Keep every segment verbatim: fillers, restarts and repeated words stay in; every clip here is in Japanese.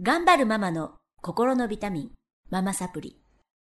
頑張るママの心のビタミン、ママサプリ。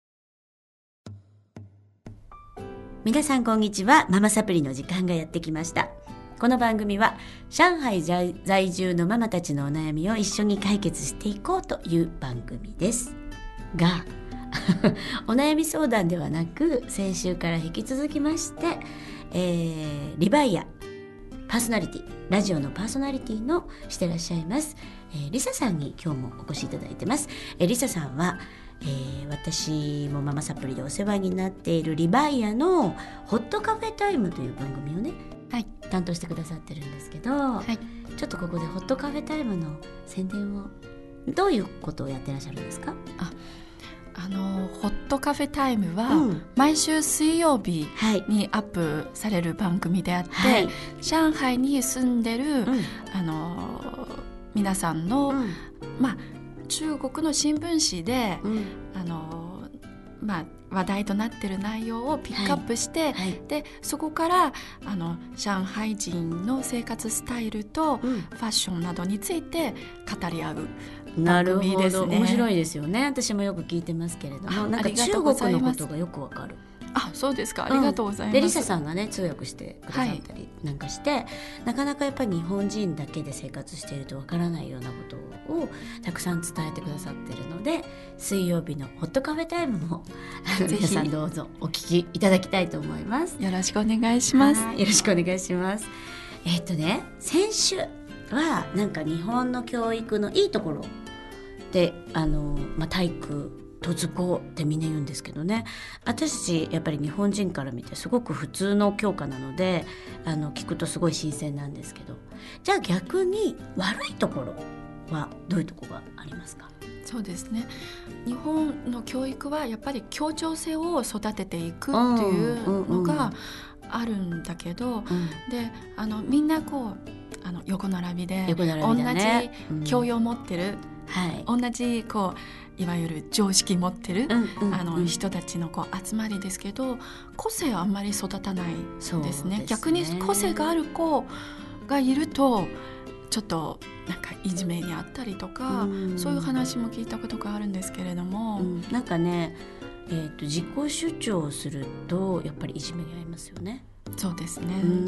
皆さんこんにちは。ママサプリの時間がやってきました。この番組は上海在住のママたちのお悩みを一緒に解決していこうという番組ですがお悩み相談ではなく、先週から引き続きまして、えー、リバイアパーソナリティ、ラジオのパーソナリティのしてらっしゃいます、えー、リサさんに今日もお越しいただいてます。えー、リサさんは、えー、私もママサプリでお世話になっているリバイアのホットカフェタイムという番組をね、はい、担当してくださってるんですけど、はい、ちょっとここでホットカフェタイムの宣伝を、どういうことをやってらっしゃるんですか？ ああのホットカフェタイムは、うん、毎週水曜日にアップされる番組であって、はい、上海に住んでる、うん、あの皆さんの、うん、まあ、中国の新聞紙で、うん、あのまあ、話題となっている内容をピックアップして、はいはい、でそこからあの上海人の生活スタイルと、うん、ファッションなどについて語り合う番組ですね。なるほど、 面白いですよね。私もよく聞いてますけれども、なんか中国のことがよくわかる。 あ、そうですか、ありがとうございます。うん、 でリサさんがね通訳してくださったりなんかして、はい、なかなかやっぱり日本人だけで生活しているとわからないようなことをたくさん伝えてくださっているので、水曜日のホットカフェタイムも皆さんどうぞお聞きいただきたいと思います。 よろしくお願いします。 よろしくお願いします。えー、っとね先週はなんか日本の教育のいいところで、あの、まあ、体育と図工ってみんな言うんですけどね、私たちやっぱり日本人から見てすごく普通の教科なので、あの聞くとすごい新鮮なんですけど、じゃあ逆に悪いところはどういうところがありますか？ そうですね、日本の教育はやっぱり協調性を育てていくっていうのがあるんだけど、うんうん、であのみんなこうあの横並びで横並びだね、 同じ教養を持ってる、うん、はい、同じこういわゆる常識持ってる、うんうんうん、あの人たちのこう集まりですけど、個性はあんまり育たないですね。ですね、逆に個性がある子がいるとちょっとなんかいじめにあったりとか、うん、そういう話も聞いたことがあるんですけれども、うん、 なんかね、えーと、自己主張をするとやっぱりいじめに遭いますよね。 そうですね、 うん、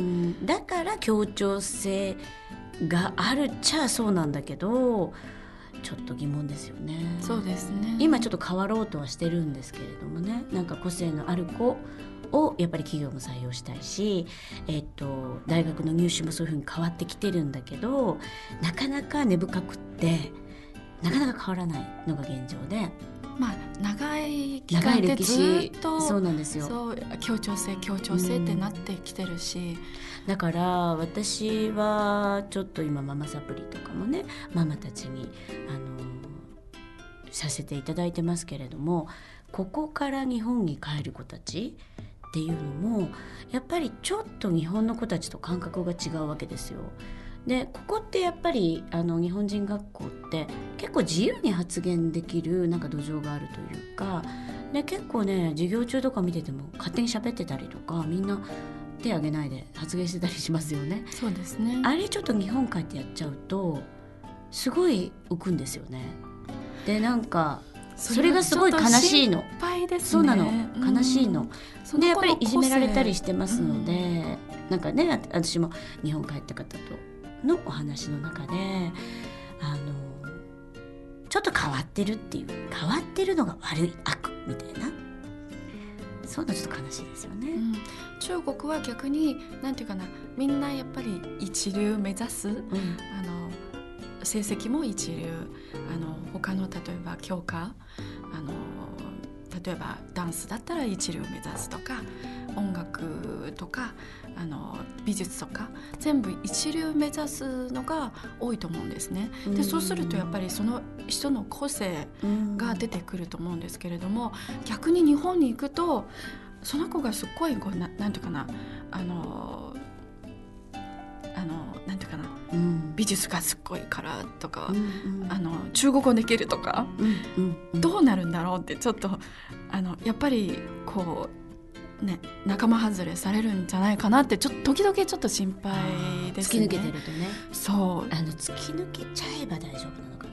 だから協調性があるっちゃそうなんだけど、ちょっと疑問ですよね。 そうですね、 今ちょっと変わろうとはしてるんですけれどもね、なんか個性のある子をやっぱり企業も採用したいし、えっと、大学の入試もそういうふうに変わってきてるんだけど、なかなか根深くってなかなか変わらないのが現状で、 まあ、長い期間でずっとそうなんですよ。 そう協調性協調性ってなってきてるし、 うん、だから私はちょっと今ママサプリとかもねママたちにあのさせていただいてますけれども、ここから日本に帰る子たちっていうのもやっぱりちょっと日本の子たちと感覚が違うわけですよ。でここってやっぱりあの日本人学校って結構自由に発言できるなんか土壌があるというか、で結構ね授業中とか見てても勝手に喋ってたりとか、みんな手挙げないで発言してたりしますよね。 そうですね、 あれちょっと日本帰ってやっちゃうとすごい浮くんですよね。でなんかそれがすごい悲しいの。 心配ですね。 そうなの、悲しいの、うん、でやっぱりいじめられたりしてますので、うん、なんかね私も日本帰った方とのお話の中であのちょっと変わってるっていう、変わってるのが悪い悪みたいな、そういうのちょっと悲しいですよね。うん、 中国は逆になんていうかな、みんなやっぱり一流目指す、うん、あの成績も一流、あの他の例えば教科、あの例えばダンスだったら一流目指すとか、音楽とかあの美術とか全部一流目指すのが多いと思うんですね。でそうするとやっぱりその人の個性が出てくると思うんですけれども、逆に日本に行くとその子がすっごいこう な, なんていうかなあのあのなんていうかな、うん、美術がすっごいからとか、うんうん、あの中国語できるとか、うんうんうん、どうなるんだろうってちょっとあのやっぱりこうね仲間外れされるんじゃないかなってちょっと時々ちょっと心配ですね。 突き抜けてるとね。 そうあの突き抜けちゃえば大丈夫なのかなと思って、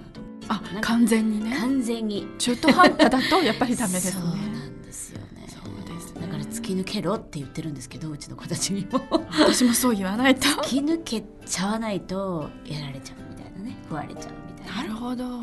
ですけど、 あ完全にね、 完全に中途半端だとやっぱりダメですね。 そうなんですよね。 そうですね。 だから突き抜けろって言ってるんですけど、うちの子たちにも私もそう言わないと突き抜けちゃわないとやられちゃうみたいなね、食われちゃうみたいな。 なるほど、 うん、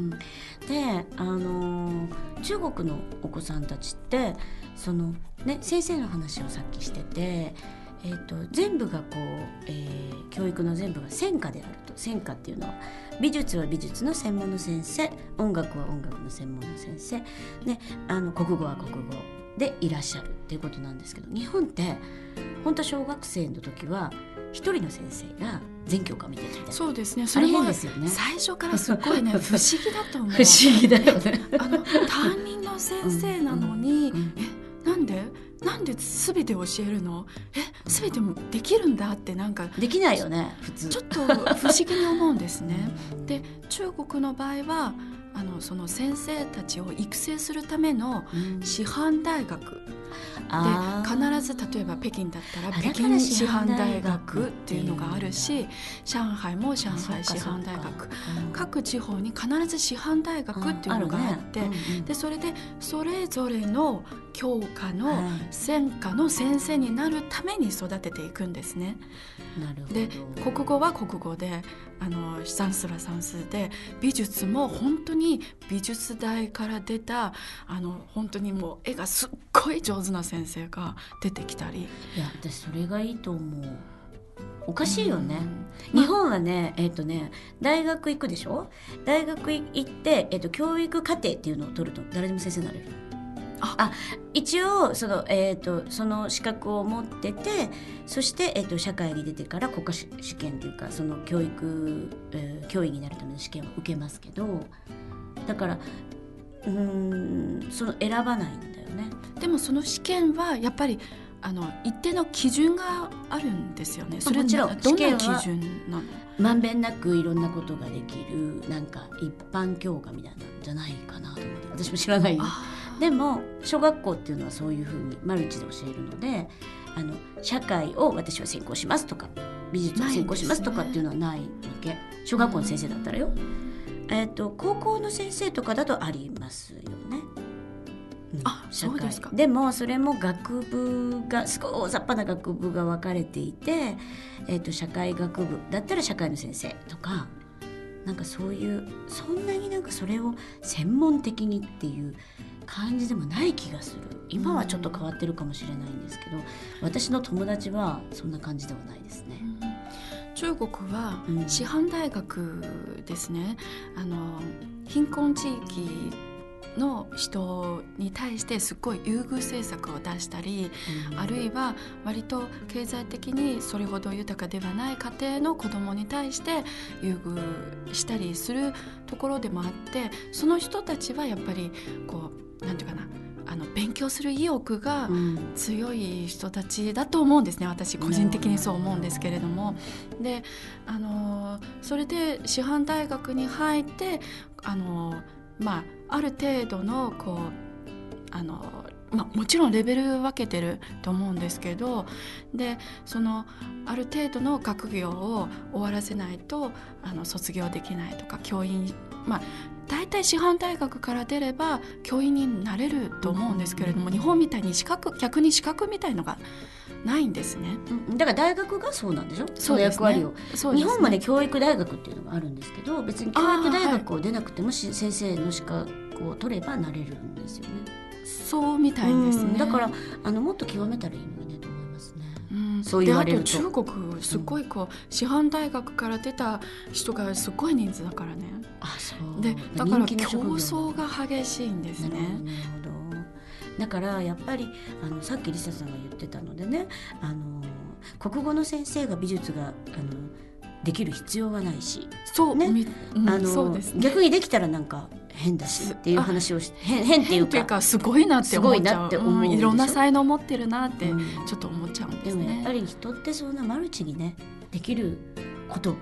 で、あのー、中国のお子さんたちってその、ね、先生の話をさっきしてて、えーと、全部がこう、えー、教育の全部が専科であると。専科っていうのは美術は美術の専門の先生、音楽は音楽の専門の先生、ね、あの国語は国語でいらっしゃるっていうことなんですけど、日本って本当小学生の時は一人の先生が全教科見てるみたいな。 そうですね。それも最初からすごいね不思議だと思う。 不思議だよね。 あの担任の先生なのに、うんうん、えなんでなんで全て教えるの？え全てもできるんだってなんかできないよね普通。 ちょっと不思議に思うんですね。で中国の場合はあのその先生たちを育成するための師範大学、うん、で必ず例えば北京だったら北京師範大学っていうのがあるし、上海も上海師範大学、各地方に必ず師範大学っていうのがあって、ね、うんうん、でそれでそれぞれの教科の専科の先生になるために育てていくんですね。 なるほど。 で国語は国語で、あの算数は算数で、美術も本当に美術大から出たあの本当にもう絵がすっごい上手な先生が出てきたり。 いや私それがいいと思う。おかしいよね、うん、日本はね、えーとね大学行くでしょ。大学行って、えーと教育課程っていうのを取ると誰でも先生になれる。ああ一応その、えー、とその資格を持ってて、そして、えー、と社会に出てから国家試験っていうかその教育、えー、教員になるための試験を受けますけど、だからうーんその選ばないんだよね。 でもその試験はやっぱりあの一定の基準があるんですよね。それもちろんどんな基準なの？ まんべんなくいろんなことができるなんか一般教科みたいなんじゃないかなと思って、私も知らないよ。でも小学校っていうのはそういうふうにマルチで教えるので、あの社会を私は専攻しますとか美術を専攻しますとかっていうのはないわけ。小学校の先生だったらよ、えーと、高校の先生とかだとありますよね。 うん、あ、そうですか。 でもそれも学部がすごい大雑把な学部が分かれていて、えーと、社会学部だったら社会の先生とか、なんかそういうそんなになんかそれを専門的にっていう感じでもない気がする。今はちょっと変わってるかもしれないんですけど、私の友達はそんな感じではないですね。 うん、中国は師範大学ですね、うん、あの貧困地域の人に対してすっごい優遇政策を出したり、うん、あるいは割と経済的にそれほど豊かではない家庭の子どもに対して優遇したりするところでもあって、その人たちはやっぱりこうなんていうかな、あの勉強する意欲が強い人たちだと思うんですね、私個人的にそう思うんですけれども。で、あのそれで師範大学に入ってあのまあ、ある程度のこうあの、まあ、もちろんレベル分けてると思うんですけど、でそのある程度の学業を終わらせないとあの卒業できないとか、教員、まあ大体師範大学から出れば教員になれると思うんですけれども、日本みたいに資格、逆に資格みたいのがないんですね。 だから大学がそうなんでしょ、その役割を。そうですね、日本もね教育大学っていうのがあるんですけど、別に教育大学を出なくても、はい、先生の資格を取ればなれるんですよね。 そうみたいですね。 だからあのもっと極めたらいいのにねと思いますね。 うん、 そう言われると。 であと中国すごいこう、うん、師範大学から出た人がすごい人数だからね。 あ、そうでだから競争が激しいんですね。 なるほど。だからやっぱりあのさっきリサさんが言ってたのでね、あの国語の先生が美術があのできる必要はないし、 そうね、うん、 あのそうですね、 逆にできたらなんか変だしっていう話をし変, 変っていうか、 変っていうかすごいなって思っちゃう。 すごいなって思う、うん、 いろんな才能持ってるなってちょっと思っちゃうんですね。 でもやっぱり人ってそんなマルチにねできること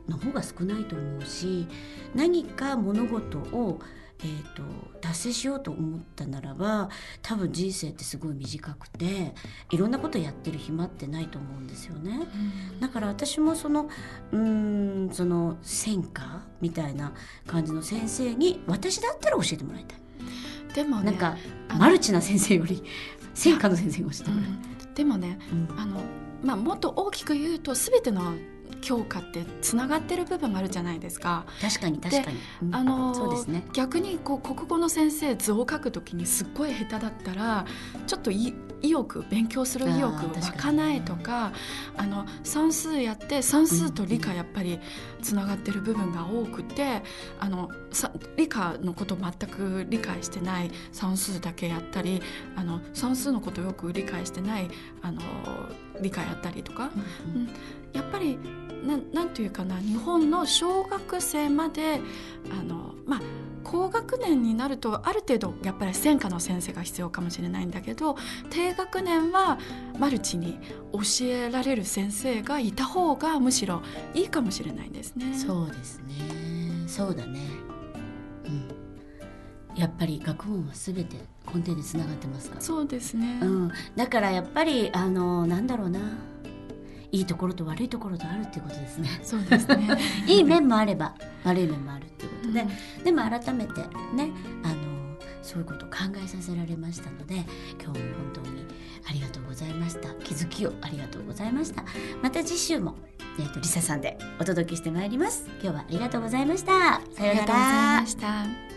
の方が少ないと思うし、何か物事をえーと、達成しようと思ったならば多分人生ってすごい短くていろんなことやってる暇ってないと思うんですよね、うん、だから私もそのうーんその専科みたいな感じの先生に私だったら教えてもらいたい。 でもね、 なんかマルチな先生より専科の先生が教えてもらいたい、 うん、でもね、うん、あのまあ、もっと大きく言うと全ての教科ってつながってる部分があるじゃないですか。 確かに確かに、 うん、あのそうですね、 逆にこう国語の先生図を書くときにすっごい下手だったらちょっと意欲勉強する意欲湧かないとか、あの算数やって算数と理科やっぱりつながってる部分が多くて、あの理科のこと全く理解してない算数だけやったり、あの算数のことよく理解してないあの理科やったりとか、うんうん、やっぱりな, なんていうかな、日本の小学生まであの、まあ、高学年になるとある程度やっぱり専科の先生が必要かもしれないんだけど、低学年はマルチに教えられる先生がいた方がむしろいいかもしれないですね。 そうですね、そうだね、うん、やっぱり学問は全て根底でつながってますから。 そうですね、 うん、だからやっぱりあのなんだろうな、いいところと悪いところとあるっていうことですね。 そうですねいい面もあれば悪い面もあるっていうことで、 うん、 でも改めてね、あのそういうことを考えさせられましたので、今日も本当にありがとうございました。気づきをありがとうございました。また次週も、えーと、リサさんでお届けしてまいります。今日はありがとうございました。さようなら。 ありがとうございました。